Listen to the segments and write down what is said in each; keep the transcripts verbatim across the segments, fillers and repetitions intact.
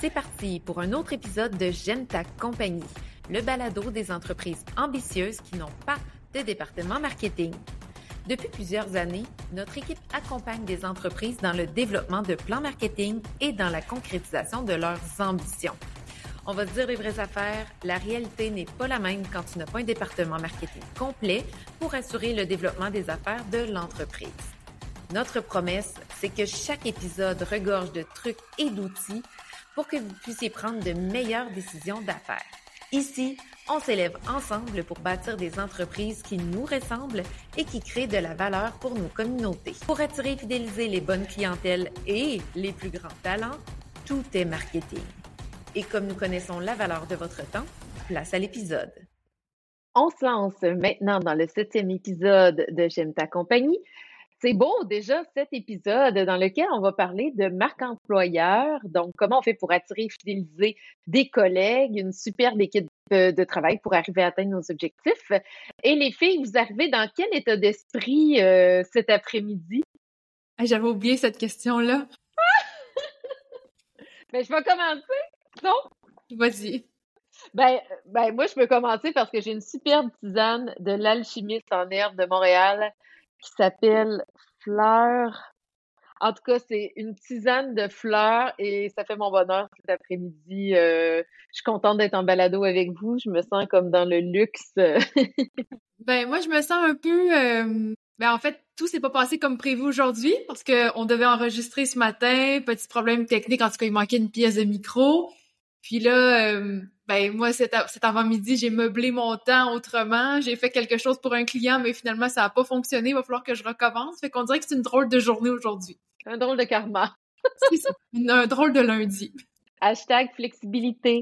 C'est parti pour un autre épisode de J'aime ta compagnie, le balado des entreprises ambitieuses qui n'ont pas de département marketing. Depuis plusieurs années, notre équipe accompagne des entreprises dans le développement de plans marketing et dans la concrétisation de leurs ambitions. On va se dire les vraies affaires, la réalité n'est pas la même quand tu n'as pas un département marketing complet pour assurer le développement des affaires de l'entreprise. Notre promesse, c'est que chaque épisode regorge de trucs et d'outils pour que vous puissiez prendre de meilleures décisions d'affaires. Ici, on s'élève ensemble pour bâtir des entreprises qui nous ressemblent et qui créent de la valeur pour nos communautés. Pour attirer et fidéliser les bonnes clientèles et les plus grands talents, tout est marketing. Et comme nous connaissons la valeur de votre temps, place à l'épisode. On se lance maintenant dans le septième épisode de J'aime ta compagnie. C'est beau déjà cet épisode dans lequel on va parler de marque employeur, donc comment on fait pour attirer et fidéliser des collègues, une superbe équipe de travail pour arriver à atteindre nos objectifs. Et les filles, vous arrivez dans quel état d'esprit euh, cet après-midi? Ah, j'avais oublié cette question-là. Ben, je vais commencer, non? Vas-y. Ben, ben, moi, je peux commencer parce que j'ai une superbe tisane de l'alchimiste en herbe de Montréal qui s'appelle Fleur. En tout cas, c'est une tisane de fleurs et ça fait mon bonheur cet après-midi. Euh, je suis contente d'être en balado avec vous. Je me sens comme dans le luxe. Ben, moi, je me sens un peu... Euh... Ben, en fait, tout s'est pas passé comme prévu aujourd'hui parce qu'on devait enregistrer ce matin. Petit problème technique. En tout cas, il manquait une pièce de micro. Puis là, euh, ben moi, cet, cet avant-midi, j'ai meublé mon temps autrement. J'ai fait quelque chose pour un client, mais finalement, ça n'a pas fonctionné. Il va falloir que je recommence. Fait qu'on dirait que c'est une drôle de journée aujourd'hui. Un drôle de karma. C'est ça, une, un drôle de lundi. Hashtag flexibilité.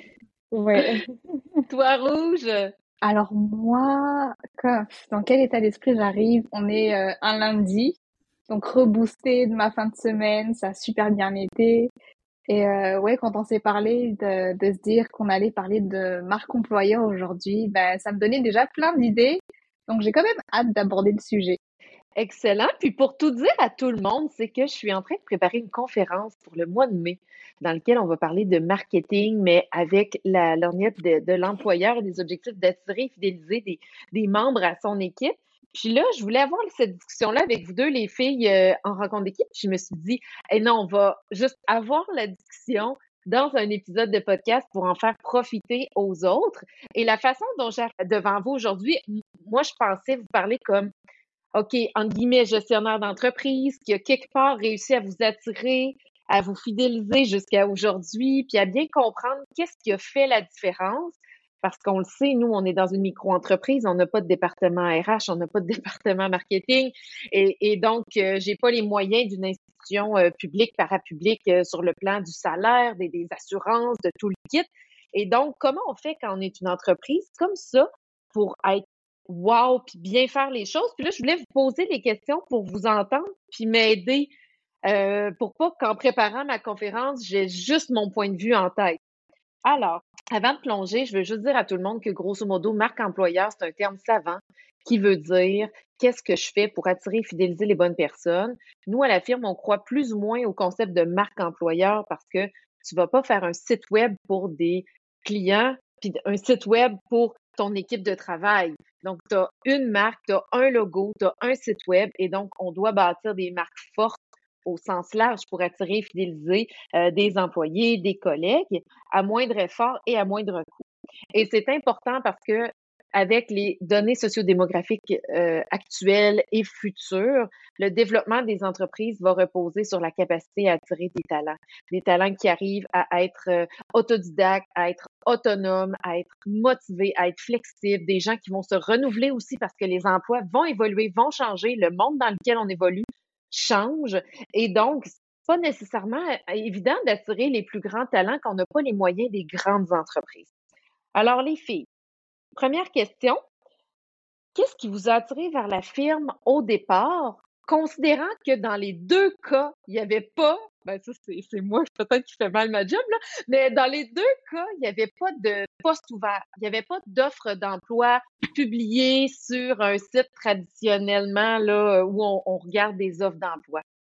Ouais. Toi, Rouge? Alors moi, dans quel état d'esprit j'arrive? On est euh, un lundi, donc reboosté de ma fin de semaine, ça a super bien été. Et euh, ouais, quand on s'est parlé de, de se dire qu'on allait parler de marque employeur aujourd'hui, ben ça me donnait déjà plein d'idées. Donc j'ai quand même hâte d'aborder le sujet. Excellent. Puis pour tout dire à tout le monde, c'est que je suis en train de préparer une conférence pour le mois de mai dans lequel on va parler de marketing, mais avec la lorgnette de, de l'employeur et des objectifs d'attirer et fidéliser des, des membres à son équipe. Puis là, je voulais avoir cette discussion-là avec vous deux, les filles, euh, en rencontre d'équipe. Puis je me suis dit, eh non, on va juste avoir la discussion dans un épisode de podcast pour en faire profiter aux autres. Et la façon dont j'arrive devant vous aujourd'hui, moi, je pensais vous parler comme OK, entre guillemets, gestionnaire d'entreprise, qui a quelque part réussi à vous attirer, à vous fidéliser jusqu'à aujourd'hui, puis à bien comprendre qu'est-ce qui a fait la différence. Parce qu'on le sait, nous, on est dans une micro-entreprise, on n'a pas de département R H, on n'a pas de département marketing, et, et donc, euh, j'ai pas les moyens d'une institution euh, publique, parapublique, euh, sur le plan du salaire, des, des assurances, de tout le kit. Et donc, comment on fait quand on est une entreprise comme ça pour être wow, puis bien faire les choses. Puis là, je voulais vous poser des questions pour vous entendre, puis m'aider euh, pour pas qu'en préparant ma conférence, j'ai juste mon point de vue en tête. Alors, avant de plonger, je veux juste dire à tout le monde que grosso modo, marque employeur, c'est un terme savant qui veut dire qu'est-ce que je fais pour attirer et fidéliser les bonnes personnes. Nous, à la firme, on croit plus ou moins au concept de marque employeur parce que tu vas pas faire un site web pour des clients, puis un site web pour ton équipe de travail. Donc, tu as une marque, tu as un logo, tu as un site web et donc, on doit bâtir des marques fortes au sens large pour attirer et fidéliser euh, des employés, des collègues à moindre effort et à moindre coût. Et c'est important parce que avec les données sociodémographiques euh, actuelles et futures, le développement des entreprises va reposer sur la capacité à attirer des talents. Des talents qui arrivent à être euh, autodidactes, à être autonomes, à être motivés, à être flexibles, des gens qui vont se renouveler aussi parce que les emplois vont évoluer, vont changer, le monde dans lequel on évolue change. Et donc, c'est pas nécessairement évident d'attirer les plus grands talents quand on n'a pas les moyens des grandes entreprises. Alors, les filles, première question, qu'est-ce qui vous a attiré vers la firme au départ, considérant que dans les deux cas, il n'y avait pas, ben ça c'est, c'est moi peut-être qui fais mal ma job, là, mais dans les deux cas, il n'y avait pas de poste ouvert, il n'y avait pas d'offre d'emploi publiée sur un site traditionnellement là, où on, on regarde des offres d'emploi.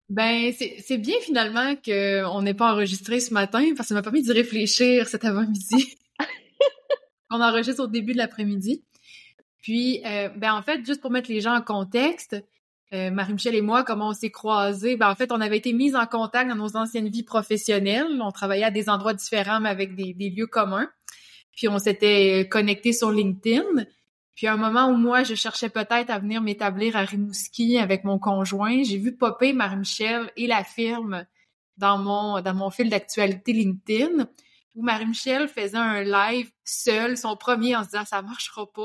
Ben, c'est, c'est bien finalement qu'on n'ait pas enregistré ce matin parce que ça m'a permis d'y réfléchir cet avant-midi. On enregistre au début de l'après-midi. Puis, euh, ben en fait, juste pour mettre les gens en contexte, euh, Marie-Michel et moi, comment on s'est croisés, ben en fait, on avait été mises en contact dans nos anciennes vies professionnelles. On travaillait à des endroits différents, mais avec des, des lieux communs. Puis, on s'était connectés sur LinkedIn. Puis, à un moment où moi, je cherchais peut-être à venir m'établir à Rimouski avec mon conjoint, j'ai vu popper Marie-Michel et la firme dans mon dans mon fil d'actualité LinkedIn, où Marie-Michel faisait un live seul, son premier, en se disant « ça marchera pas »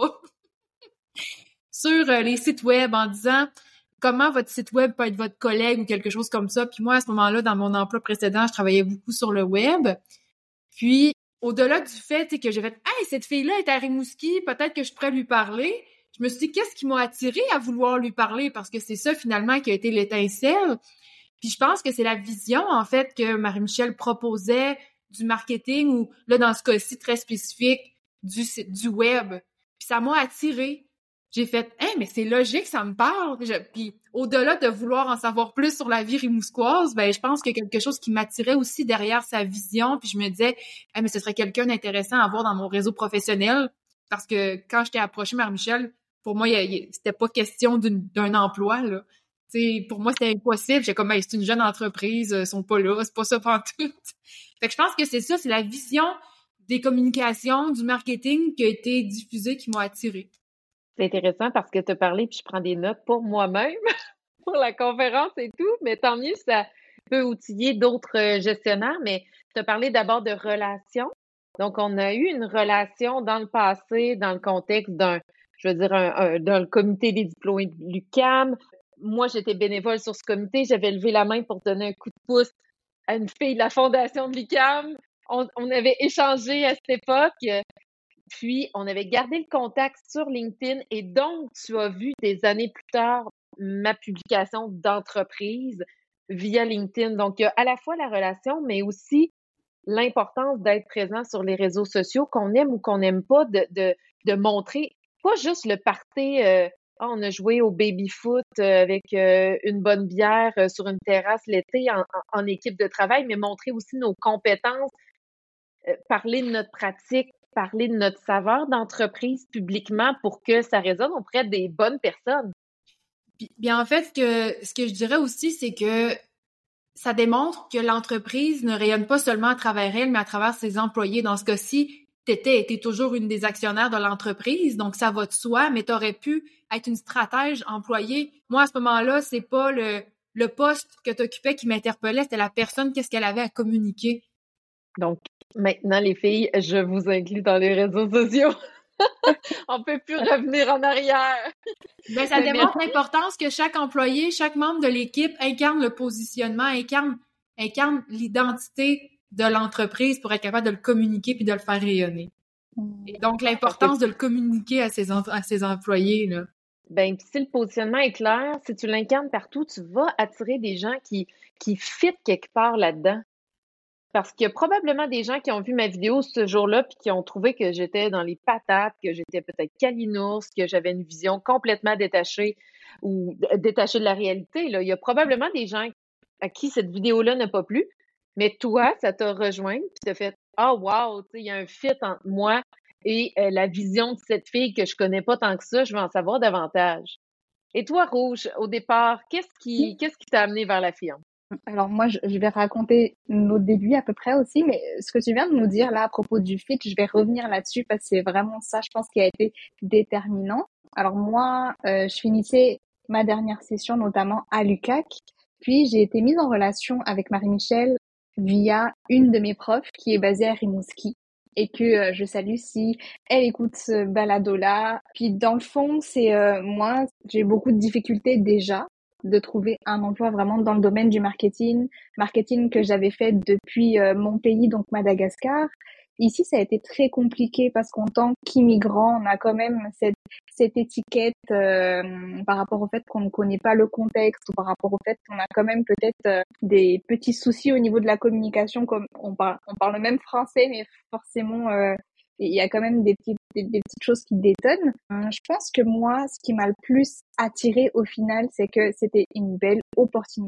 sur euh, les sites web en disant comment votre site web peut être votre collègue ou quelque chose comme ça. Puis moi, à ce moment-là, dans mon emploi précédent, je travaillais beaucoup sur le web. Puis, au-delà du fait que j'ai fait « Hey, cette fille-là est à Rimouski, peut-être que je pourrais lui parler », je me suis dit « Qu'est-ce qui m'a attiré à vouloir lui parler? » Parce que c'est ça, finalement, qui a été l'étincelle. Puis je pense que c'est la vision, en fait, que Marie-Michel proposait du marketing ou, là, dans ce cas-ci, très spécifique, du, du web. Puis ça m'a attirée. J'ai fait « Hey, mais c'est logique, ça me parle! » Puis au-delà de vouloir en savoir plus sur la vie rimousquoise, ben je pense qu'il y a quelque chose qui m'attirait aussi derrière sa vision. Puis je me disais « Hey, mais ce serait quelqu'un d'intéressant à avoir dans mon réseau professionnel. » Parce que quand je t'ai approché, Marie-Michel, pour moi, il, il, c'était pas question d'une, d'un emploi, là. T'sais, pour moi, c'était impossible. J'ai comme, hey, c'est une jeune entreprise, ils sont pas là, c'est pas ça pantoute. Fait que je pense que c'est ça, c'est la vision des communications, du marketing qui a été diffusée qui m'a attirée. C'est intéressant parce que tu as parlé, puis je prends des notes pour moi-même, pour la conférence et tout, mais tant mieux, ça peut outiller d'autres gestionnaires, mais tu as parlé d'abord de relations. Donc, on a eu une relation dans le passé, dans le contexte d'un, je veux dire, un, un, dans le comité des diplômés de l'U Q A M. Moi, j'étais bénévole sur ce comité, j'avais levé la main pour donner un coup de pouce à une fille de la fondation de l'U Q A M. On, on avait échangé à cette époque. Puis, on avait gardé le contact sur LinkedIn et donc, tu as vu des années plus tard ma publication d'entreprise via LinkedIn. Donc, il y a à la fois la relation, mais aussi l'importance d'être présent sur les réseaux sociaux, qu'on aime ou qu'on n'aime pas, de, de, de montrer pas juste le party, euh, oh, on a joué au baby-foot euh, avec euh, une bonne bière euh, sur une terrasse l'été en, en, en équipe de travail, mais montrer aussi nos compétences, euh, parler de notre pratique, parler de notre saveur d'entreprise publiquement pour que ça résonne auprès des bonnes personnes. Puis, bien, en fait, ce que, ce que je dirais aussi, c'est que ça démontre que l'entreprise ne rayonne pas seulement à travers elle, mais à travers ses employés. Dans ce cas-ci, t'étais, t'es toujours une des actionnaires de l'entreprise, donc ça va de soi, mais t'aurais pu être une stratège employée. Moi, à ce moment-là, c'est pas le, le poste que t'occupais qui m'interpellait, c'était la personne, qu'est-ce qu'elle avait à communiquer. Donc, maintenant, les filles, je vous inclus dans les réseaux sociaux. On peut plus revenir en arrière. Ben, ça démontre l'importance que chaque employé, chaque membre de l'équipe incarne le positionnement, incarne, incarne l'identité de l'entreprise pour être capable de le communiquer puis de le faire rayonner. Et donc, l'importance de le communiquer à ses, à ses employés, là. Ben, si le positionnement est clair, si tu l'incarnes partout, tu vas attirer des gens qui, qui fit quelque part là-dedans. Parce qu'il y a probablement des gens qui ont vu ma vidéo ce jour-là puis qui ont trouvé que j'étais dans les patates, que j'étais peut-être calinours, que j'avais une vision complètement détachée ou détachée de la réalité. Là. Il y a probablement des gens à qui cette vidéo-là n'a pas plu, mais toi, ça t'a rejoint puis t'as fait « Ah, oh, wow, il y a un fit entre moi et euh, la vision de cette fille que je connais pas tant que ça, je veux en savoir davantage. » Et toi, Rouge, au départ, qu'est-ce qui qu'est-ce qui t'a amené vers la firme? Alors moi, je, je vais raconter nos débuts à peu près aussi, mais ce que tu viens de nous dire là à propos du fit, je vais revenir là-dessus parce que c'est vraiment ça, je pense, qui a été déterminant. Alors moi, euh, je finissais ma dernière session notamment à l'U C A C, puis j'ai été mise en relation avec Marie-Michel via une de mes profs qui est basée à Rimouski et que euh, je salue si elle écoute ce balado-là. Puis dans le fond, c'est euh, moi, j'ai beaucoup de difficultés déjà de trouver un emploi vraiment dans le domaine du marketing, marketing que j'avais fait depuis euh, mon pays, donc Madagascar. Ici, ça a été très compliqué parce qu'en tant qu'immigrant, on a quand même cette, cette étiquette euh, par rapport au fait qu'on ne connaît pas le contexte ou par rapport au fait qu'on a quand même peut-être euh, des petits soucis au niveau de la communication, comme on parle, on parle même français, mais forcément, euh, il y a quand même des petites, des, des petites choses qui détonnent. Euh, je pense que moi, ce qui m'a le plus attirée au final, c'est que c'était une belle opportunité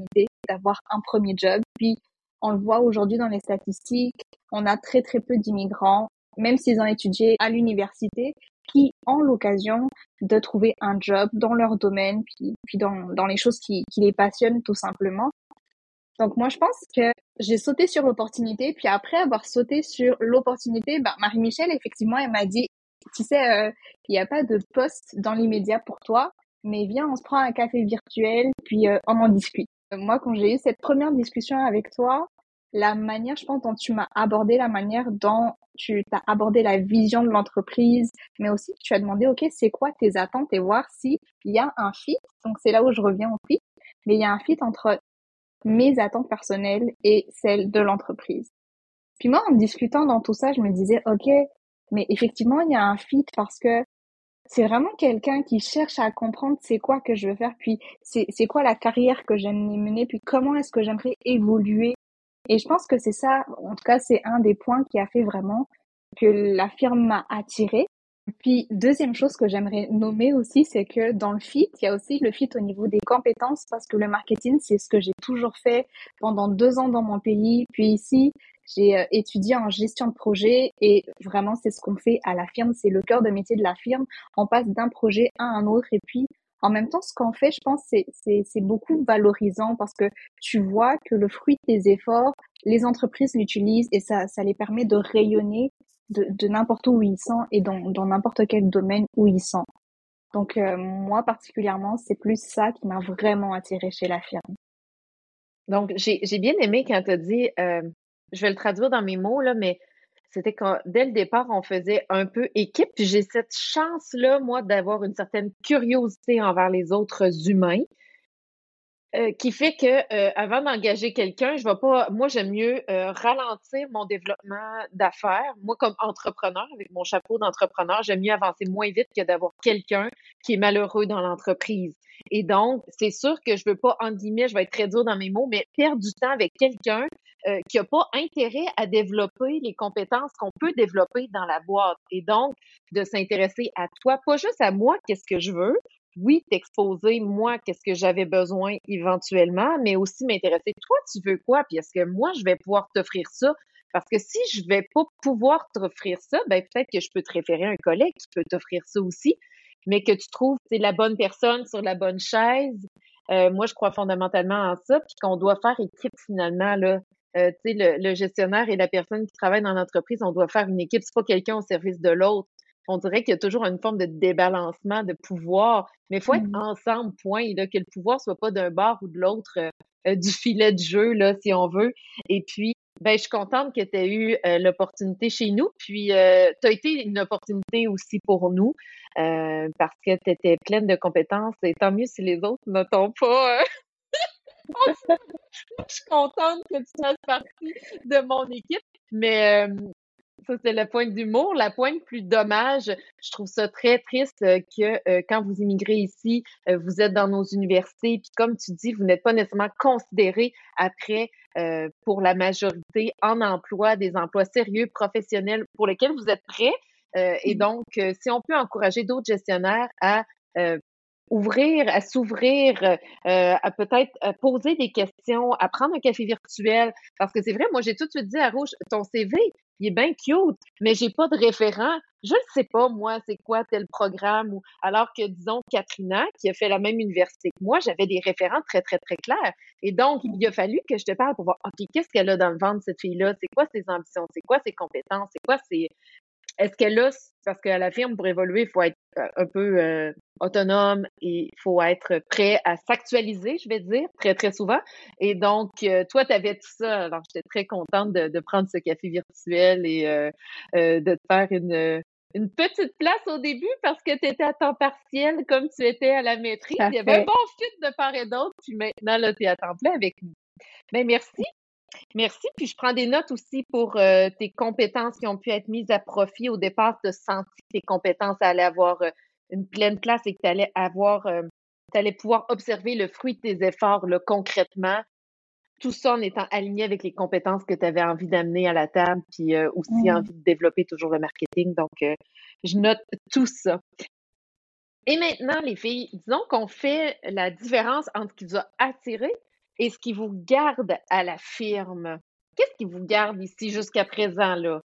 d'avoir un premier job. Puis, on le voit aujourd'hui dans les statistiques, on a très très peu d'immigrants, même s'ils ont étudié à l'université, qui ont l'occasion de trouver un job dans leur domaine, puis, puis dans, dans les choses qui, qui les passionnent tout simplement. Donc moi, je pense que j'ai sauté sur l'opportunité, puis après avoir sauté sur l'opportunité, ben, Marie-Michel, effectivement, elle m'a dit, tu sais, euh, il n'y a pas de poste dans l'immédiat pour toi, mais viens, on se prend un café virtuel, puis euh, on en discute. Moi, quand j'ai eu cette première discussion avec toi, la manière, je pense, dont tu m'as abordé, la manière dont tu as abordé la vision de l'entreprise, mais aussi tu as demandé, OK, c'est quoi tes attentes et voir s'il y a un fit. Donc, c'est là où je reviens au fit. Mais il y a un fit entre mes attentes personnelles et celles de l'entreprise. Puis moi, en discutant dans tout ça, je me disais, OK, mais effectivement, il y a un fit parce que c'est vraiment quelqu'un qui cherche à comprendre c'est quoi que je veux faire, puis c'est, c'est quoi la carrière que j'aime mener, puis comment est-ce que j'aimerais évoluer. Et je pense que c'est ça, en tout cas, c'est un des points qui a fait vraiment que la firme m'a attirée. Puis, deuxième chose que j'aimerais nommer aussi, c'est que dans le fit, il y a aussi le fit au niveau des compétences parce que le marketing, c'est ce que j'ai toujours fait pendant deux ans dans mon pays. Puis ici, j'ai euh, étudié en gestion de projet et vraiment, c'est ce qu'on fait à la firme. C'est le cœur de métier de la firme. On passe d'un projet à un autre et puis en même temps, ce qu'on fait, je pense, c'est, c'est, c'est beaucoup valorisant parce que tu vois que le fruit de tes efforts, les entreprises l'utilisent et ça, ça les permet de rayonner de, de n'importe où ils sont et dans, dans n'importe quel domaine où ils sont. Donc, euh, moi, particulièrement, c'est plus ça qui m'a vraiment attirée chez la firme. Donc, j'ai, j'ai bien aimé quand tu as dit, euh, je vais le traduire dans mes mots, là, mais c'était quand, dès le départ, on faisait un peu équipe. Puis j'ai cette chance-là, moi, d'avoir une certaine curiosité envers les autres humains. Euh, qui fait que euh, avant d'engager quelqu'un, je vais pas. Moi, j'aime mieux euh, ralentir mon développement d'affaires. Moi, comme entrepreneur, avec mon chapeau d'entrepreneur, j'aime mieux avancer moins vite que d'avoir quelqu'un qui est malheureux dans l'entreprise. Et donc, c'est sûr que je veux pas, en guillemets, je vais être très dur dans mes mots, mais perdre du temps avec quelqu'un euh, qui a pas intérêt à développer les compétences qu'on peut développer dans la boîte. Et donc, de s'intéresser à toi, pas juste à moi, qu'est-ce que je veux, oui, t'exposer, moi, qu'est-ce que j'avais besoin éventuellement, mais aussi m'intéresser, toi, tu veux quoi? Puis est-ce que moi, je vais pouvoir t'offrir ça? Parce que si je vais pas pouvoir t'offrir ça, ben peut-être que je peux te référer à un collègue qui peut t'offrir ça aussi, mais que tu trouves c'est la bonne personne sur la bonne chaise. Euh, moi, je crois fondamentalement en ça, puis qu'on doit faire équipe finalement, là. Euh, tu sais, le, le gestionnaire et la personne qui travaille dans l'entreprise, on doit faire une équipe. C'est pas quelqu'un au service de l'autre. On dirait qu'il y a toujours une forme de débalancement de pouvoir, mais il faut être Mm. ensemble, point, là, que le pouvoir soit pas d'un bord ou de l'autre euh, euh, du filet de jeu, là, si on veut. Et puis, ben, je suis contente que tu aies eu euh, l'opportunité chez nous, puis euh, tu as été une opportunité aussi pour nous, euh, parce que tu étais pleine de compétences, et tant mieux si les autres ne t'ont pas... euh, je suis contente que tu fasses partie de mon équipe, mais... euh, ça, c'est la pointe d'humour. La pointe plus dommage, je trouve ça très triste euh, que euh, quand vous immigrez ici, euh, vous êtes dans nos universités, puis comme tu dis, vous n'êtes pas nécessairement considérés après, euh, pour la majorité, en emploi, des emplois sérieux, professionnels, pour lesquels vous êtes prêts. Euh, et donc, euh, si on peut encourager d'autres gestionnaires à euh, ouvrir, à s'ouvrir, euh, à peut-être à poser des questions, à prendre un café virtuel. Parce que c'est vrai, moi, j'ai tout de suite dit à Rouge, ton C V, il est bien cute, mais j'ai pas de référent. Je ne sais pas, moi, c'est quoi tel programme. Ou alors que, disons, Katrina, qui a fait la même université que moi, j'avais des référents très, très, très clairs. Et donc, il a fallu que je te parle pour voir, OK, qu'est-ce qu'elle a dans le ventre, cette fille-là? C'est quoi ses ambitions? C'est quoi ses compétences? C'est quoi ses... Est-ce que là, parce qu'à la firme, pour évoluer, il faut être euh, un peu euh, autonome et il faut être prêt à s'actualiser, je vais dire, très, très souvent. Et donc, euh, toi, tu avais tout ça. Alors, j'étais très contente de, de prendre ce café virtuel et euh, euh, de te faire une, une petite place au début parce que tu étais à temps partiel comme tu étais à la maîtrise. Ça Il y avait un fait. bon fit de part et d'autre. Puis maintenant, là, tu es à temps plein avec nous. Ben, merci. Merci. Puis je prends des notes aussi pour euh, tes compétences qui ont pu être mises à profit au départ. Tu as senti que tes compétences allaient avoir euh, une pleine place et que tu allais avoir, euh, tu allais pouvoir observer le fruit de tes efforts là, concrètement. Tout ça en étant aligné avec les compétences que tu avais envie d'amener à la table, puis euh, aussi Mm. envie de développer toujours le marketing. Donc, euh, je note tout ça. Et maintenant, les filles, disons qu'on fait la différence entre ce qui vous a attiré et ce qui vous garde à la firme. Qu'est-ce qui vous garde ici jusqu'à présent, là?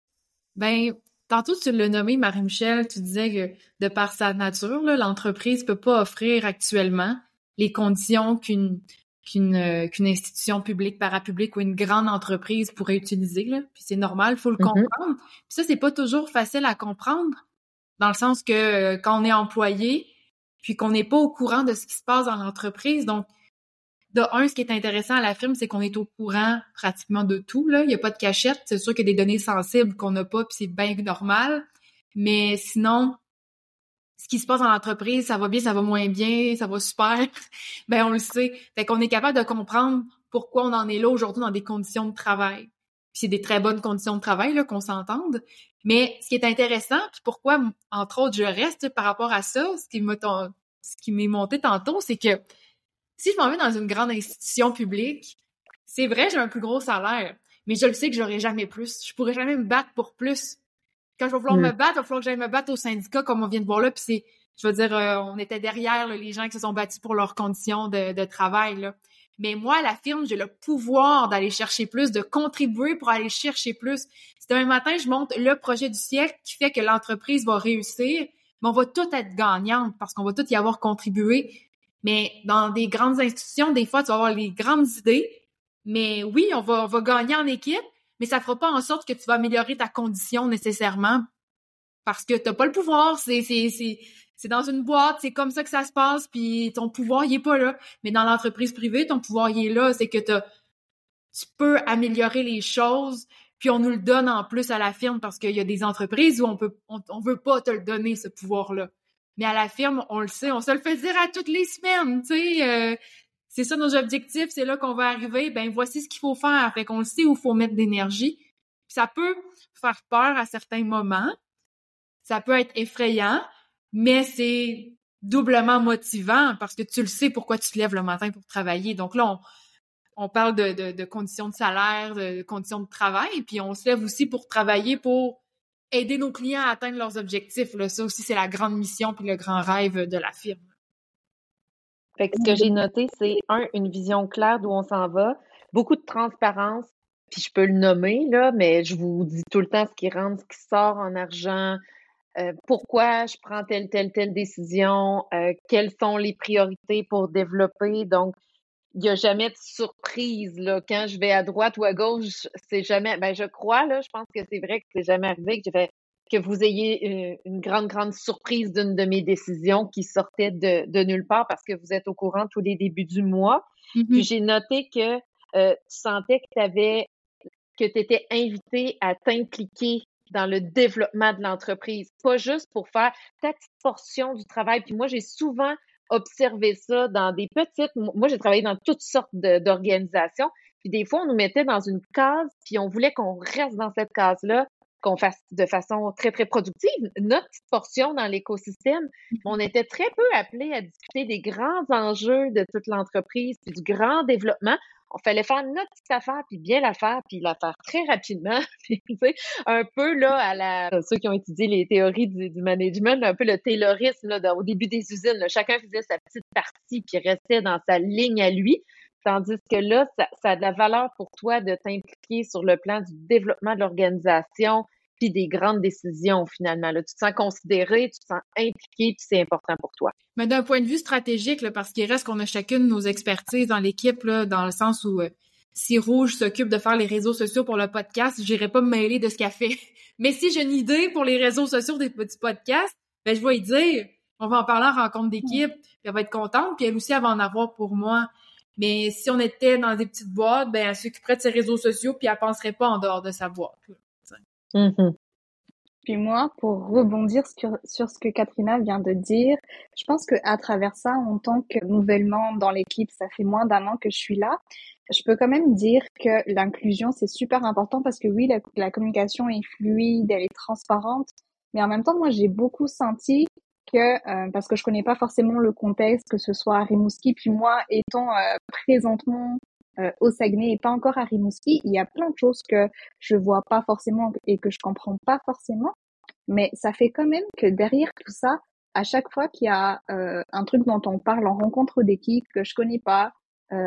Ben, tantôt, tu l'as nommé, Marie-Michel, tu disais que de par sa nature, là, l'entreprise peut pas offrir actuellement les conditions qu'une qu'une euh, qu'une institution publique, parapublique ou une grande entreprise pourrait utiliser, là. Puis c'est normal, faut le Mhm. comprendre. Puis ça, c'est pas toujours facile à comprendre, dans le sens que euh, quand on est employé, puis qu'on n'est pas au courant de ce qui se passe dans l'entreprise, donc de un, ce qui est intéressant à la firme, c'est qu'on est au courant pratiquement de tout, là. Il n'y a pas de cachette. C'est sûr qu'il y a des données sensibles qu'on n'a pas, puis c'est bien normal. Mais sinon, ce qui se passe dans l'entreprise, ça va bien, ça va moins bien, ça va super. Ben, on le sait. Fait qu'on est capable de comprendre pourquoi on en est là aujourd'hui dans des conditions de travail. Puis c'est des très bonnes conditions de travail, là, qu'on s'entende. Mais ce qui est intéressant, puis pourquoi, entre autres, je reste par rapport à ça, ce qui m'a, ce qui m'est monté tantôt, c'est que si je m'en vais dans une grande institution publique, c'est vrai, j'ai un plus gros salaire, mais je le sais que j'aurai jamais plus. Je pourrai jamais me battre pour plus. Quand je vais vouloir Mm. me battre, il va falloir que j'aille me battre au syndicat, comme on vient de voir là, puis c'est, je veux dire, euh, on était derrière là, les gens qui se sont battus pour leurs conditions de, de travail, là. Mais moi, à la firme, j'ai le pouvoir d'aller chercher plus, de contribuer pour aller chercher plus. Si demain matin, je monte le projet du siècle qui fait que l'entreprise va réussir, mais on va tout être gagnante parce qu'on va tout y avoir contribué. Mais dans des grandes institutions, des fois, tu vas avoir les grandes idées, mais oui, on va, on va gagner en équipe, mais ça fera pas en sorte que tu vas améliorer ta condition nécessairement parce que t'as pas le pouvoir. C'est, c'est, c'est, c'est dans une boîte, c'est comme ça que ça se passe, puis ton pouvoir, il est pas là. Mais dans l'entreprise privée, ton pouvoir, il est là. C'est que t'as, tu peux améliorer les choses, puis on nous le donne en plus à la firme parce qu'il y a des entreprises où on peut, on, on veut pas te le donner, ce pouvoir-là. Mais à la firme, on le sait, on se le fait dire à toutes les semaines, tu sais, euh, c'est ça nos objectifs, c'est là qu'on va arriver, ben voici ce qu'il faut faire, fait qu'on le sait où il faut mettre d'énergie. Puis ça peut faire peur à certains moments, ça peut être effrayant, mais c'est doublement motivant parce que tu le sais pourquoi tu te lèves le matin pour travailler. Donc là, on, on parle de, de, de conditions de salaire, de conditions de travail, puis on se lève aussi pour travailler, pour aider nos clients à atteindre leurs objectifs. Là. Ça aussi, c'est la grande mission puis le grand rêve de la firme. Fait que ce que j'ai noté, c'est un, une vision claire d'où on s'en va, beaucoup de transparence, puis je peux le nommer, là, mais je vous dis tout le temps ce qui rentre, ce qui sort en argent, euh, pourquoi je prends telle, telle, telle décision, euh, quelles sont les priorités pour développer. Donc, il n'y a jamais de surprise, là. Quand je vais à droite ou à gauche, c'est jamais, ben, je crois, là, je pense que c'est vrai que c'est jamais arrivé que j'ai fait, que vous ayez une, une grande, grande surprise d'une de mes décisions qui sortait de, de nulle part parce que vous êtes au courant tous les débuts du mois. Mm-hmm. Puis j'ai noté que euh, tu sentais que tu avais, que tu étais invité à t'impliquer dans le développement de l'entreprise, pas juste pour faire ta petite portion du travail. Puis moi, j'ai souvent observé ça dans des petites... Moi, j'ai travaillé dans toutes sortes de, d'organisations. Puis des fois, on nous mettait dans une case, puis on voulait qu'on reste dans cette case-là, qu'on fasse de façon très, très productive notre petite portion dans l'écosystème. On était très peu appelés à discuter des grands enjeux de toute l'entreprise, puis du grand développement. On fallait faire notre petite affaire, puis bien la faire, puis la faire très rapidement. Puis, tu sais, un peu là à la... Ceux qui ont étudié les théories du, du management, un peu le taylorisme là, au début des usines. Là, chacun faisait sa petite partie, puis restait dans sa ligne à lui. Tandis que là, ça, ça a de la valeur pour toi de t'impliquer sur le plan du développement de l'organisation, puis des grandes décisions, finalement. Là, tu te sens considéré, tu te sens impliqué, puis c'est important pour toi. Mais d'un point de vue stratégique, là, parce qu'il reste qu'on a chacune nos expertises dans l'équipe, là, dans le sens où euh, si Rouge s'occupe de faire les réseaux sociaux pour le podcast, j'irai pas me mêler de ce qu'elle fait. Mais si j'ai une idée pour les réseaux sociaux des petits podcasts, ben je vais lui dire, on va en parler en rencontre d'équipe, puis elle va être contente, puis elle aussi, elle va en avoir pour moi. Mais si on était dans des petites boîtes, ben elle s'occuperait de ses réseaux sociaux, puis elle penserait pas en dehors de sa boîte. Mm-hmm. Puis moi, pour rebondir sur, sur ce que Katrina vient de dire, je pense que à travers ça, en tant que nouvellement dans l'équipe, ça fait moins d'un an que je suis là, je peux quand même dire que l'inclusion, c'est super important parce que oui, la, la communication est fluide, elle est transparente, mais en même temps, moi, j'ai beaucoup senti que, euh, parce que je connais pas forcément le contexte, que ce soit à Rimouski, puis moi, étant euh, présentement Euh, au Saguenay et pas encore à Rimouski, il y a plein de choses que je vois pas forcément et que je comprends pas forcément, mais ça fait quand même que derrière tout ça, à chaque fois qu'il y a euh, un truc dont on parle en rencontre d'équipe que je connais pas, euh,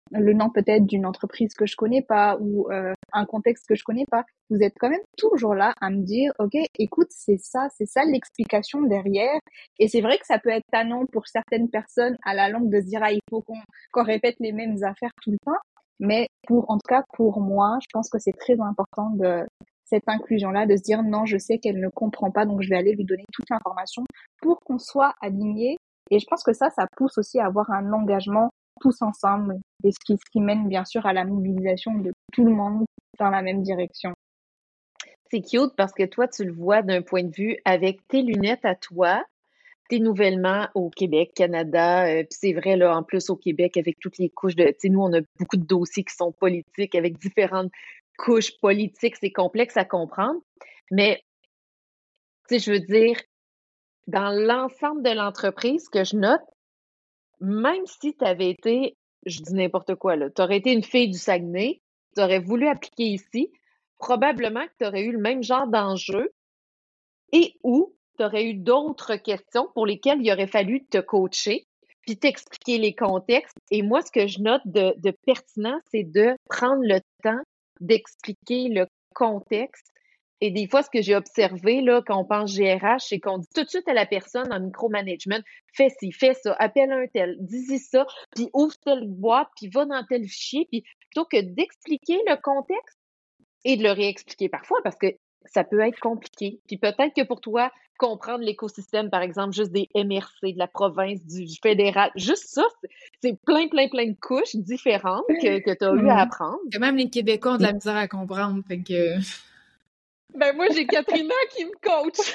le nom peut-être d'une entreprise que je connais pas ou euh, un contexte que je connais pas, vous êtes quand même toujours là à me dire, ok, écoute, c'est ça, c'est ça l'explication derrière. Et c'est vrai que ça peut être tannant pour certaines personnes à la longue de se dire, ah, il faut qu'on qu'on répète les mêmes affaires tout le temps. Mais pour, en tout cas, pour moi, je pense que c'est très important de cette inclusion-là, de se dire, non, je sais qu'elle ne comprend pas, donc je vais aller lui donner toute l'information pour qu'on soit alignés. Et je pense que ça, ça pousse aussi à avoir un engagement tous ensemble, et ce qui, ce qui mène bien sûr à la mobilisation de tout le monde dans la même direction. C'est cute parce que toi, tu le vois d'un point de vue avec tes lunettes à toi. T'es nouvellement au Québec, Canada, euh, puis c'est vrai, là, en plus au Québec, avec toutes les couches de... Tu sais, nous, on a beaucoup de dossiers qui sont politiques, avec différentes couches politiques, c'est complexe à comprendre. Mais, tu sais, je veux dire, dans l'ensemble de l'entreprise, ce que je note, même si tu avais été, je dis n'importe quoi, là, tu aurais été une fille du Saguenay, tu aurais voulu appliquer ici, probablement que tu aurais eu le même genre d'enjeu et ou tu aurais eu d'autres questions pour lesquelles il aurait fallu te coacher puis t'expliquer les contextes. Et moi, ce que je note de, de pertinent, c'est de prendre le temps d'expliquer le contexte. Et des fois, ce que j'ai observé là, quand on pense G R H, c'est qu'on dit tout de suite à la personne en micromanagement, fais ci, fais ça, appelle un tel, dis-y ça, puis ouvre telle boîte, puis va dans tel fichier, puis plutôt que d'expliquer le contexte et de le réexpliquer parfois, parce que ça peut être compliqué. Puis peut-être que pour toi, comprendre l'écosystème, par exemple, juste des M R C, de la province, du, du fédéral, juste ça, c'est, c'est plein, plein, plein de couches différentes que, que tu as eu à apprendre. Que même les Québécois ont de la misère à comprendre, fait que... Ben moi, j'ai Katrina qui me coach.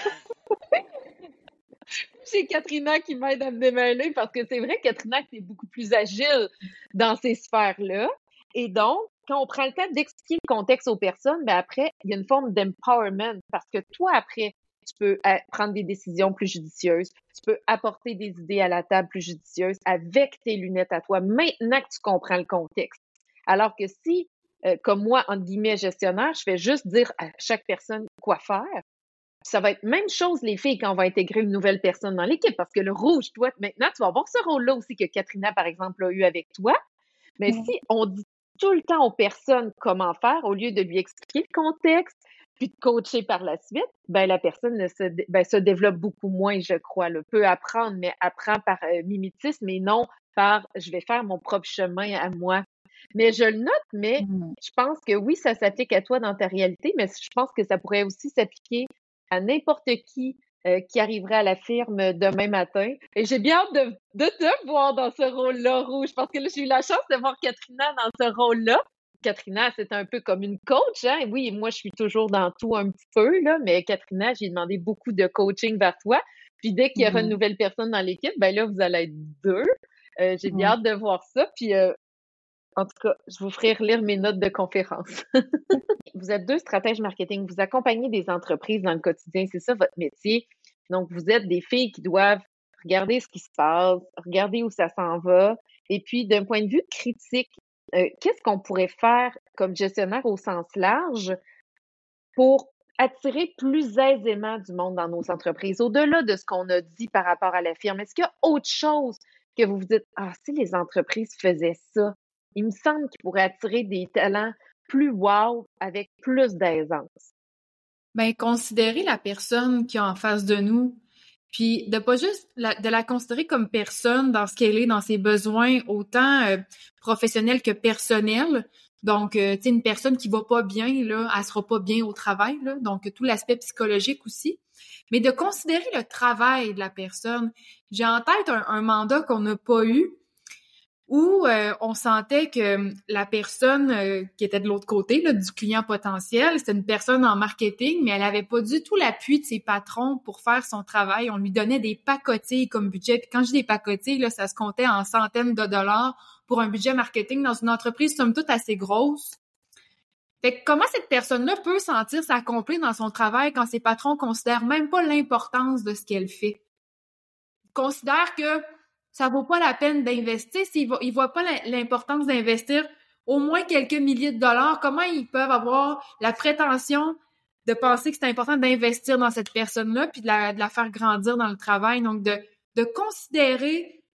J'ai Katrina qui m'aide à me démêler parce que c'est vrai, Katrina, que tu es beaucoup plus agile dans ces sphères-là. Et donc, quand on prend le temps d'expliquer le contexte aux personnes, ben après, il y a une forme d'empowerment parce que toi, après, tu peux prendre des décisions plus judicieuses, tu peux apporter des idées à la table plus judicieuses avec tes lunettes à toi, maintenant que tu comprends le contexte. Alors que si, euh, comme moi, entre guillemets, gestionnaire, je fais juste dire à chaque personne quoi faire, ça va être même chose, les filles, quand on va intégrer une nouvelle personne dans l'équipe, parce que le rouge, toi, maintenant, tu vas avoir ce rôle-là aussi que Katrina, par exemple, a eu avec toi. Mais mmh. si on dit tout le temps aux personnes comment faire, au lieu de lui expliquer le contexte, puis de coacher par la suite, ben la personne ne se, ben, se développe beaucoup moins, je crois. Là. Peut apprendre, mais apprend par euh, mimétisme, mais non par « je vais faire mon propre chemin à moi ». Mais je le note, mais mmh. je pense que oui, ça s'applique à toi dans ta réalité, mais je pense que ça pourrait aussi s'appliquer à n'importe qui euh, qui arriverait à la firme demain matin. Et j'ai bien hâte de, de te voir dans ce rôle-là, Rouge, parce que là, j'ai eu la chance de voir Katrina dans ce rôle-là. Katrina, c'est un peu comme une coach, hein? Oui, moi, je suis toujours dans tout un petit peu, là, mais Katrina, j'ai demandé beaucoup de coaching vers toi. Puis dès qu'il y aura mmh. une nouvelle personne dans l'équipe, ben là, vous allez être deux. Euh, j'ai mmh. bien hâte de voir ça. Puis euh, en tout cas, je vous ferai relire mes notes de conférence. Vous êtes deux stratèges marketing. Vous accompagnez des entreprises dans le quotidien. C'est ça votre métier. Donc, vous êtes des filles qui doivent regarder ce qui se passe, regarder où ça s'en va. Et puis, d'un point de vue critique, euh, qu'est-ce qu'on pourrait faire comme gestionnaire au sens large pour attirer plus aisément du monde dans nos entreprises, au-delà de ce qu'on a dit par rapport à la firme? Est-ce qu'il y a autre chose que vous vous dites, ah, si les entreprises faisaient ça, il me semble qu'ils pourraient attirer des talents plus wow, avec plus d'aisance? Ben, considérer la personne qui est en face de nous, puis de pas juste la, de la considérer comme personne dans ce qu'elle est, dans ses besoins, autant euh, professionnels que personnels. Donc, euh, tu sais, une personne qui va pas bien, là, elle sera pas bien au travail, là. Donc, tout l'aspect psychologique aussi. Mais de considérer le travail de la personne. J'ai en tête un, un mandat qu'on n'a pas eu, où euh, on sentait que la personne euh, qui était de l'autre côté là, du client potentiel, c'était une personne en marketing, mais elle avait pas du tout l'appui de ses patrons pour faire son travail. On lui donnait des pacotilles comme budget. Puis quand je dis des pacotilles, là, ça se comptait en centaines de dollars pour un budget marketing dans une entreprise somme toute assez grosse. Fait que comment cette personne-là peut sentir s'accomplir dans son travail quand ses patrons considèrent même pas l'importance de ce qu'elle fait? Ils considèrent que ça vaut pas la peine d'investir. S'ils voient, ils voient pas l'importance d'investir au moins quelques milliers de dollars, comment ils peuvent avoir la prétention de penser que c'est important d'investir dans cette personne-là puis de la, de la faire grandir dans le travail? Donc, de, de considérer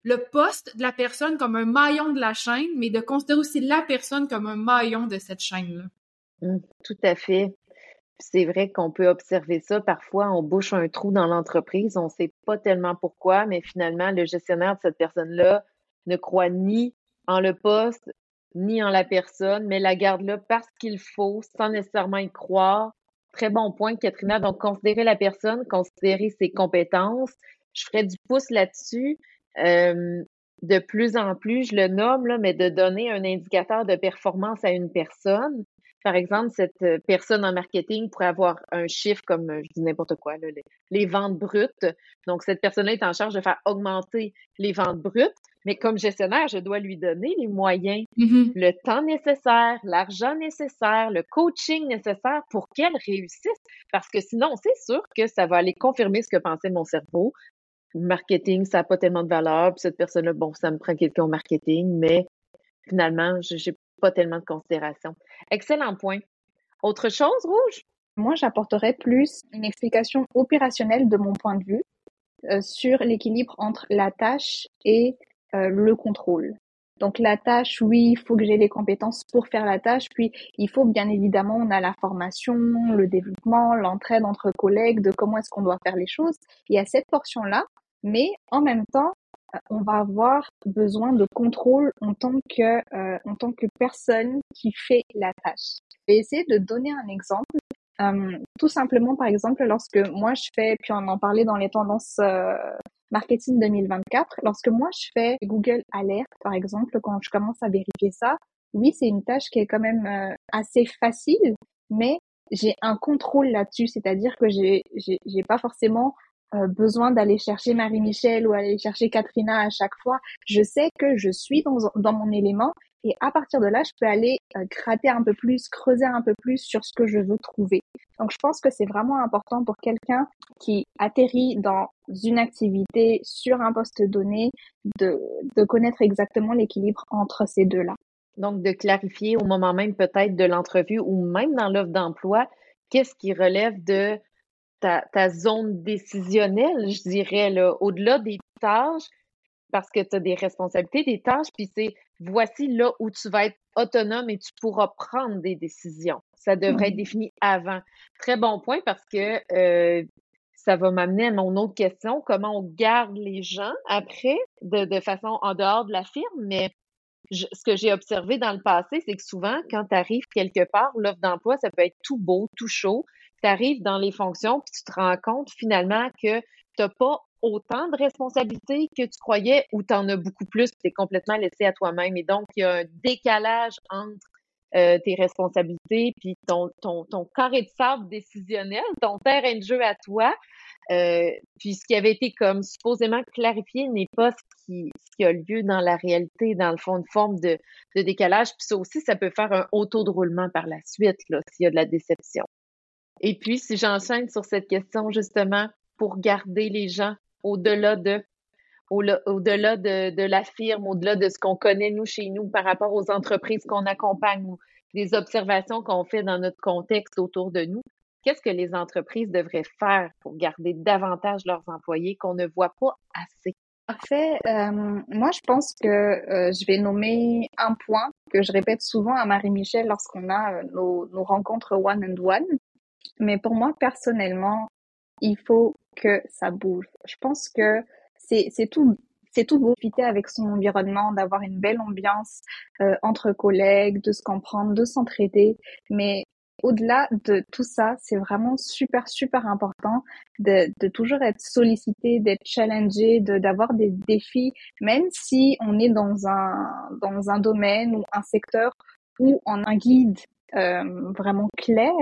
le poste de la personne comme un maillon de la chaîne, mais de considérer aussi la personne comme un maillon de cette chaîne-là. Mmh, tout à fait. Puis c'est vrai qu'on peut observer ça. Parfois, on bouche un trou dans l'entreprise, on ne sait pas tellement pourquoi, mais finalement, le gestionnaire de cette personne-là ne croit ni en le poste, ni en la personne, mais la garde là parce qu'il faut, sans nécessairement y croire. Très bon point, Katrina. Donc, considérer la personne, considérer ses compétences. Je ferais du pouce là-dessus. Euh, de plus en plus, je le nomme, là, mais de donner un indicateur de performance à une personne. Par exemple, cette euh, personne en marketing pourrait avoir un chiffre comme, euh, je dis n'importe quoi, là, les, les ventes brutes. Donc, cette personne-là est en charge de faire augmenter les ventes brutes, mais comme gestionnaire, je dois lui donner les moyens, Mm-hmm. le temps nécessaire, l'argent nécessaire, le coaching nécessaire pour qu'elle réussisse. Parce que sinon, c'est sûr que ça va aller confirmer ce que pensait mon cerveau. Le marketing, ça n'a pas tellement de valeur. Puis cette personne-là, bon, ça me prend quelqu'un au marketing, mais finalement, je n'ai pas tellement de considération. Excellent point. Autre chose, Rouge? Moi, j'apporterais plus une explication opérationnelle de mon point de vue euh, sur l'équilibre entre la tâche et euh, le contrôle. Donc la tâche, oui, il faut que j'ai les compétences pour faire la tâche, puis il faut bien évidemment, on a la formation, le développement, l'entraide entre collègues, de comment est-ce qu'on doit faire les choses. Il y a cette portion-là, mais en même temps, on va avoir besoin de contrôle en tant que euh, en tant que personne qui fait la tâche. Je vais essayer de donner un exemple. Euh, tout simplement, par exemple, lorsque moi je fais, puis on en parlait dans les tendances euh, marketing deux mille vingt-quatre, lorsque moi je fais Google Alert, par exemple, quand je commence à vérifier ça, oui, c'est une tâche qui est quand même euh, assez facile, mais j'ai un contrôle là-dessus, c'est-à-dire que j'ai j'ai, j'ai pas forcément euh, besoin d'aller chercher Marie-Michel ou aller chercher Katrina à chaque fois. Je sais que je suis dans dans mon élément. Et à partir de là, je peux aller euh, gratter un peu plus, creuser un peu plus sur ce que je veux trouver. Donc, je pense que c'est vraiment important pour quelqu'un qui atterrit dans une activité sur un poste donné de, de connaître exactement l'équilibre entre ces deux-là. Donc, de clarifier au moment même peut-être de l'entrevue ou même dans l'offre d'emploi, qu'est-ce qui relève de ta, ta zone décisionnelle, je dirais, là, au-delà des tâches, parce que tu as des responsabilités, des tâches, puis c'est voici là où tu vas être autonome et tu pourras prendre des décisions. Ça devrait être défini avant. Très bon point parce que euh, ça va m'amener à mon autre question. Comment on garde les gens après de, de façon en dehors de la firme? Mais je, ce que j'ai observé dans le passé, c'est que souvent, quand tu arrives quelque part, l'offre d'emploi, ça peut être tout beau, tout chaud. Tu arrives dans les fonctions, puis tu te rends compte finalement que tu n'as pas autant de responsabilités que tu croyais ou tu en as beaucoup plus, puis tu es complètement laissé à toi-même. Et donc, il y a un décalage entre euh, tes responsabilités puis ton, ton, ton carré de sable décisionnel, ton terrain de jeu à toi. Euh, puis ce qui avait été comme supposément clarifié n'est pas ce qui, ce qui a lieu dans la réalité, dans le fond, une forme de, de décalage. Puis ça aussi, ça peut faire un haut taux de roulement par la suite, là, s'il y a de la déception. Et puis, si j'enchaîne sur cette question, justement, pour garder les gens au-delà de au- au-delà de, de la firme, au-delà de ce qu'on connaît, nous, chez nous, par rapport aux entreprises qu'on accompagne ou des observations qu'on fait dans notre contexte autour de nous, qu'est-ce que les entreprises devraient faire pour garder davantage leurs employés qu'on ne voit pas assez? En fait, euh, moi, je pense que euh, je vais nommer un point que je répète souvent à Marie-Michel lorsqu'on a euh, nos, nos rencontres one-on-one. Mais pour moi, personnellement, il faut que ça bouge. Je pense que c'est c'est tout c'est tout beau profiter avec son environnement, d'avoir une belle ambiance euh, entre collègues, de se comprendre, de s'entraider. Mais au-delà de tout ça, c'est vraiment super super important de de toujours être sollicité, d'être challengé, de d'avoir des défis, même si on est dans un dans un domaine ou un secteur où on a un guide euh, vraiment clair.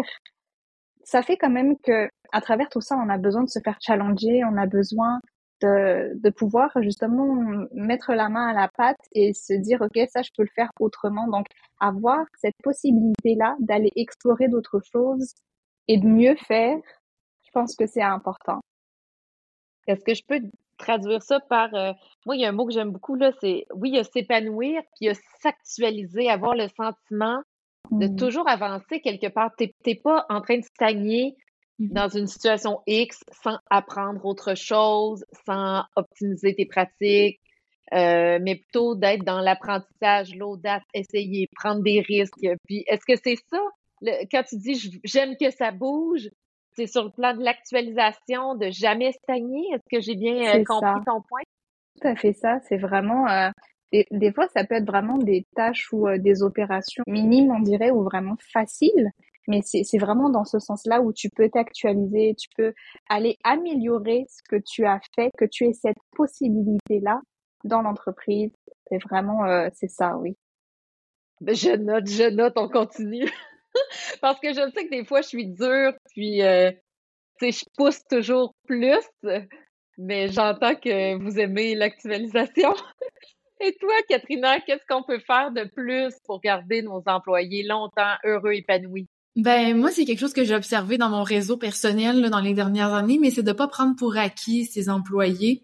Ça fait quand même que, à travers tout ça, on a besoin de se faire challenger, on a besoin de, de pouvoir justement mettre la main à la pâte et se dire, OK, ça, je peux le faire autrement. Donc, avoir cette possibilité-là d'aller explorer d'autres choses et de mieux faire, je pense que c'est important. Est-ce que je peux traduire ça par... euh, moi, il y a un mot que j'aime beaucoup, là, c'est, oui, il y a s'épanouir, puis il y a s'actualiser, avoir le sentiment de Mm. toujours avancer quelque part. T'es, t'es pas en train de stagner dans une situation X sans apprendre autre chose, sans optimiser tes pratiques, euh, mais plutôt d'être dans l'apprentissage, l'audace, essayer, prendre des risques. Puis, est-ce que c'est ça, le- quand tu dis j- j'aime que ça bouge, c'est sur le plan de l'actualisation, de jamais stagner? Est-ce que j'ai bien euh, C'est compris ça, ton point? tout à fait ça. C'est vraiment, euh, des, des fois, ça peut être vraiment des tâches ou euh, des opérations minimes, on dirait, ou vraiment faciles. Mais c'est, c'est vraiment dans ce sens-là où tu peux t'actualiser, tu peux aller améliorer ce que tu as fait, que tu aies cette possibilité-là dans l'entreprise. C'est vraiment, euh, c'est ça, oui. Ben, je note, je note, on continue. Parce que je sais que des fois, je suis dure, puis euh, tu sais, je pousse toujours plus, mais j'entends que vous aimez l'actualisation. Et toi, Katrina, qu'est-ce qu'on peut faire de plus pour garder nos employés longtemps heureux, épanouis? Ben moi, c'est quelque chose que j'ai observé dans mon réseau personnel là, dans les dernières années, mais c'est de pas prendre pour acquis ses employés.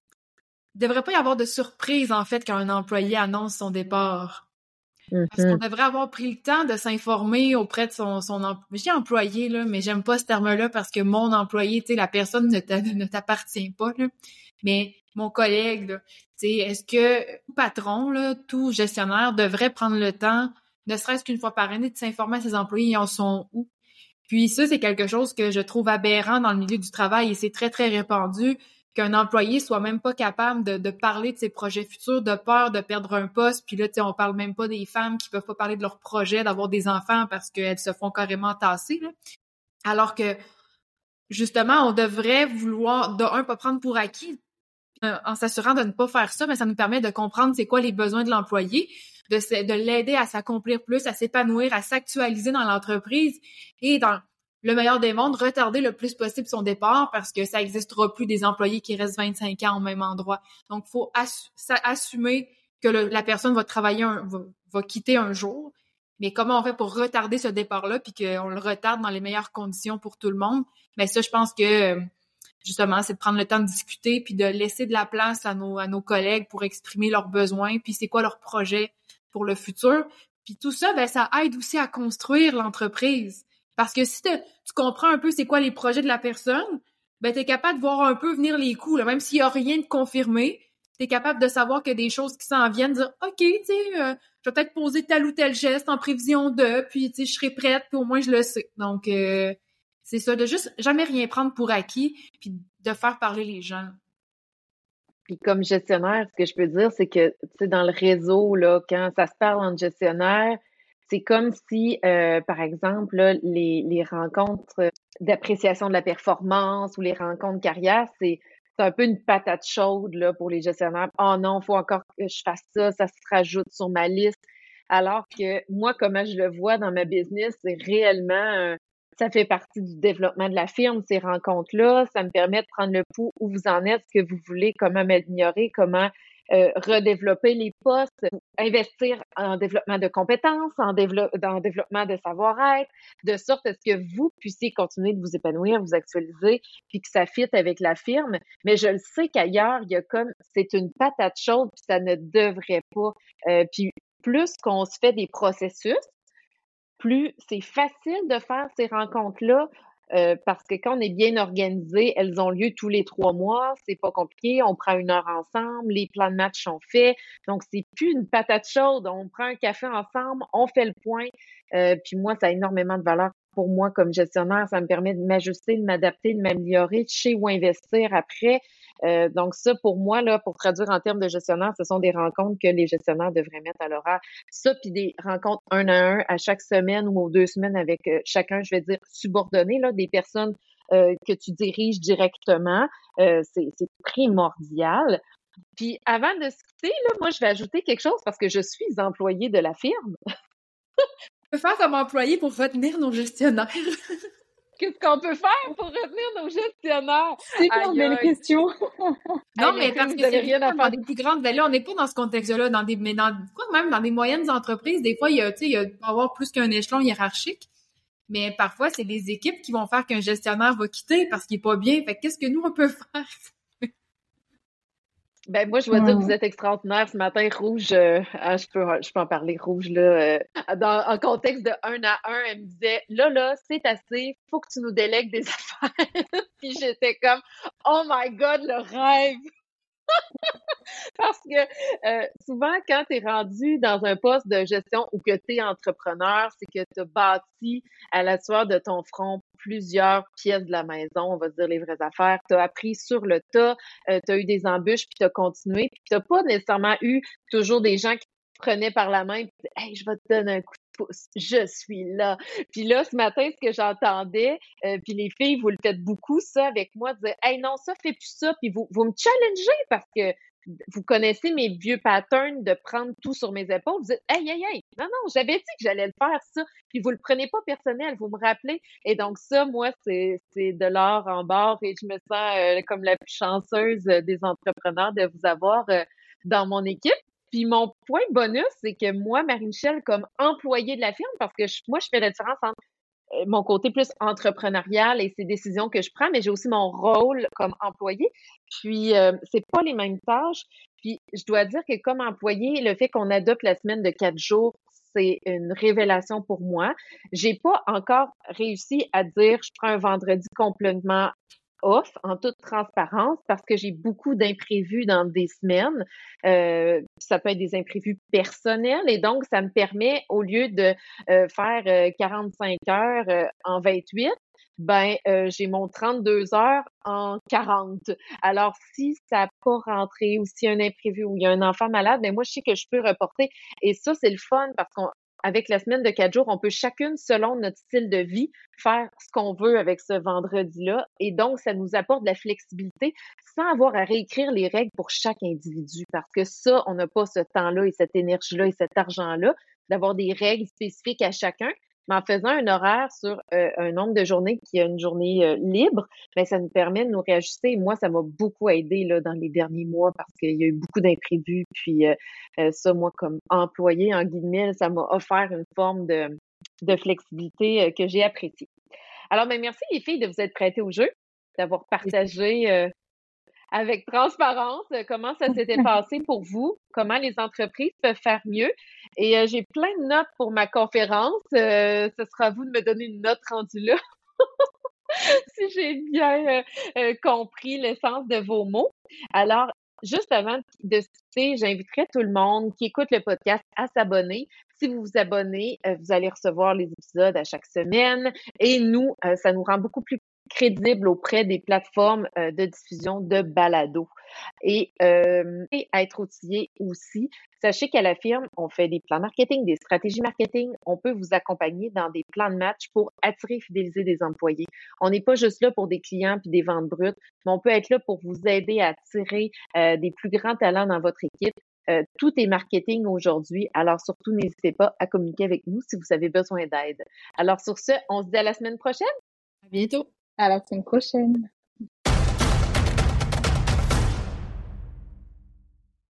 Il devrait pas y avoir de surprise, en fait, quand un employé annonce son départ. Parce qu'on Mhm. devrait avoir pris le temps de s'informer auprès de son, son em- je dis employé, là, mais j'aime pas ce terme-là parce que mon employé, tu sais, la personne ne t'a- ne t'appartient pas, là. Mais mon collègue, là, tu sais, est-ce que tout patron, là, tout gestionnaire devrait prendre le temps, ne serait-ce qu'une fois par année, de s'informer à ses employés, ils en sont où? Puis ça, c'est quelque chose que je trouve aberrant dans le milieu du travail et c'est très, très répandu qu'un employé soit même pas capable de, de parler de ses projets futurs, de peur de perdre un poste. Puis là, tu sais, on parle même pas des femmes qui peuvent pas parler de leurs projets, d'avoir des enfants parce qu'elles se font carrément tasser, là. Alors que, justement, on devrait vouloir, de un, pas prendre pour acquis, euh, en s'assurant de ne pas faire ça, mais ça nous permet de comprendre c'est quoi les besoins de l'employé, de, se- de l'aider à s'accomplir plus, à s'épanouir, à s'actualiser dans l'entreprise et dans le meilleur des mondes, retarder le plus possible son départ parce que ça n'existera plus des employés qui restent vingt-cinq ans au même endroit. Donc, il faut assu- ça- assumer que le- la personne va travailler, un, va, va quitter un jour. Mais comment on fait pour retarder ce départ-là puis qu'on le retarde dans les meilleures conditions pour tout le monde? Mais ça, je pense que euh, justement, c'est de prendre le temps de discuter puis de laisser de la place à nos, à nos collègues pour exprimer leurs besoins puis c'est quoi leur projet pour le futur. Puis tout ça, ben, ça aide aussi à construire l'entreprise. Parce que si tu comprends un peu c'est quoi les projets de la personne, ben, t'es capable de voir un peu venir les coups, là. Même s'il y a rien de confirmé, t'es capable de savoir que des choses qui s'en viennent, dire, OK, tu sais, euh, je vais peut-être poser tel ou tel geste en prévision de, puis, tu sais, je serai prête, puis au moins, je le sais. Donc, euh, c'est ça, de juste jamais rien prendre pour acquis, puis de faire parler les gens. Puis comme gestionnaire, ce que je peux dire, c'est que, tu sais, dans le réseau, là, quand ça se parle entre gestionnaires, c'est comme si, euh, par exemple, là, les, les rencontres d'appréciation de la performance ou les rencontres carrière, c'est c'est un peu une patate chaude là, pour les gestionnaires. Oh non, il faut encore que je fasse ça, ça se rajoute sur ma liste. Alors que moi, comment je le vois dans ma business, c'est réellement euh, ça fait partie du développement de la firme, ces rencontres-là. Ça me permet de prendre le pouls où vous en êtes, ce que vous voulez, comment m'améliorer, comment euh, redévelopper les postes, investir en développement de compétences, en, dévelop- en développement de savoir-être, de sorte à ce que vous puissiez continuer de vous épanouir, vous actualiser, puis que ça fitte avec la firme. Mais je le sais qu'ailleurs, il y a comme, c'est une patate chaude, puis ça ne devrait pas. Euh, puis plus qu'on se fait des processus, plus c'est facile de faire ces rencontres-là euh, parce que quand on est bien organisé, elles ont lieu tous les trois mois. C'est pas compliqué. On prend une heure ensemble. Les plans de match sont faits. Donc, c'est plus une patate chaude. On prend un café ensemble. On fait le point. Euh, puis moi, ça a énormément de valeur pour moi comme gestionnaire. Ça me permet de m'ajuster, de m'adapter, de m'améliorer, de chez où investir après. Euh, donc, ça, pour moi, là, pour traduire en termes de gestionnaire, ce sont des rencontres que les gestionnaires devraient mettre à l'horaire. Ça, puis des rencontres un à un à chaque semaine ou aux deux semaines avec euh, chacun, je vais dire, subordonné, là, des personnes euh, que tu diriges directement. Euh, c'est, c'est primordial. Puis avant de se quitter, là, moi, je vais ajouter quelque chose parce que je suis employée de la firme. On peut faire comme employé pour retenir nos gestionnaires. Qu'est-ce qu'on peut faire pour retenir nos gestionnaires? Super Aïe, belle aïe. question. Non, Hey, les mais filles, parce vous que avez c'est rien à différent dans faire. des plus grandes. Ben là, on n'est pas dans ce contexte-là, dans des, mais dans, quoi, même dans des moyennes entreprises, des fois, il y a, tu sais, il y a, il peut y avoir plus qu'un échelon hiérarchique. Mais parfois, c'est les équipes qui vont faire qu'un gestionnaire va quitter parce qu'il est pas bien. Fait que qu'est-ce que nous, on peut faire? Ben moi, je dois dire que vous Hmm. êtes extraordinaire ce matin, Rouge. euh, ah, je peux, je peux en parler, Rouge là. euh, dans, en contexte de un à un, elle me disait, là là, c'est assez, faut que tu nous délègues des affaires. Puis j'étais comme, oh my God, le rêve. Parce que euh, souvent, quand tu es rendu dans un poste de gestion ou que tu es entrepreneur, c'est que tu as bâti à la sueur de ton front plusieurs pièces de la maison, on va se dire les vraies affaires. Tu as appris sur le tas, euh, tu as eu des embûches, puis tu as continué, puis tu n'as pas nécessairement eu toujours des gens qui te prenaient par la main et disaient « Hey, je vais te donner un coup de pouce, je suis là ». Puis là, ce matin, ce que j'entendais, euh, puis les filles, vous le faites beaucoup, ça, avec moi, dire « Hey, non, ça, fais plus ça », puis vous, vous me challengez parce que vous connaissez mes vieux patterns de prendre tout sur mes épaules. Vous dites, hey, hey, hey, non, non, j'avais dit que j'allais le faire, ça. Puis vous le prenez pas personnel, vous me rappelez. Et donc ça, moi, c'est, c'est de l'or en barre et je me sens euh, comme la plus chanceuse des entrepreneurs de vous avoir euh, dans mon équipe. Puis mon point bonus, c'est que moi, Marie-Michel, comme employée de la firme, parce que je, moi, je fais la différence entre mon côté plus entrepreneurial et ces décisions que je prends, mais j'ai aussi mon rôle comme employé. Puis, euh, c'est pas les mêmes tâches. Puis, je dois dire que comme employé, le fait qu'on adopte la semaine de quatre jours, c'est une révélation pour moi. J'ai pas encore réussi à dire je prends un vendredi complètement off, en toute transparence, parce que j'ai beaucoup d'imprévus dans des semaines. Euh, ça peut être des imprévus personnels et donc ça me permet, au lieu de euh, faire euh, quarante-cinq heures euh, en vingt-huit, ben euh, j'ai mon trente-deux heures en quarante. Alors, si ça n'a pas rentré ou s'il y a un imprévu ou il y a un enfant malade, ben moi, je sais que je peux reporter. Et ça, c'est le fun parce qu'on avec la semaine de quatre jours, on peut chacune, selon notre style de vie, faire ce qu'on veut avec ce vendredi-là. Et donc, ça nous apporte de la flexibilité sans avoir à réécrire les règles pour chaque individu. Parce que ça, on n'a pas ce temps-là et cette énergie-là et cet argent-là d'avoir des règles spécifiques à chacun. Mais en faisant un horaire sur euh, un nombre de journées qui est une journée euh, libre, ben, ça nous permet de nous réajuster. Moi, ça m'a beaucoup aidé là, dans les derniers mois parce qu'il y a eu beaucoup d'imprévus. Puis euh, euh, ça, moi, comme employée, en guillemets, ça m'a offert une forme de, de flexibilité euh, que j'ai appréciée. Alors, ben, merci les filles de vous être prêtées au jeu, d'avoir partagé euh, avec transparence euh, comment ça s'était passé pour vous, comment les entreprises peuvent faire mieux. Et euh, j'ai plein de notes pour ma conférence. Euh, ce sera à vous de me donner une note rendue là, si j'ai bien euh, euh, compris l'essence de vos mots. Alors, juste avant de se quitter, j'inviterai tout le monde qui écoute le podcast à s'abonner. Si vous vous abonnez, euh, vous allez recevoir les épisodes à chaque semaine. Et nous, euh, ça nous rend beaucoup plus crédible auprès des plateformes euh, de diffusion de balado. Et, euh, et être outillé aussi. Sachez qu'à la firme, on fait des plans marketing, des stratégies marketing. On peut vous accompagner dans des plans de match pour attirer et fidéliser des employés. On n'est pas juste là pour des clients puis des ventes brutes, mais on peut être là pour vous aider à attirer euh, des plus grands talents dans votre équipe. Euh, tout est marketing aujourd'hui, alors surtout n'hésitez pas à communiquer avec nous si vous avez besoin d'aide. Alors sur ce, on se dit à la semaine prochaine. À bientôt. À la semaine prochaine.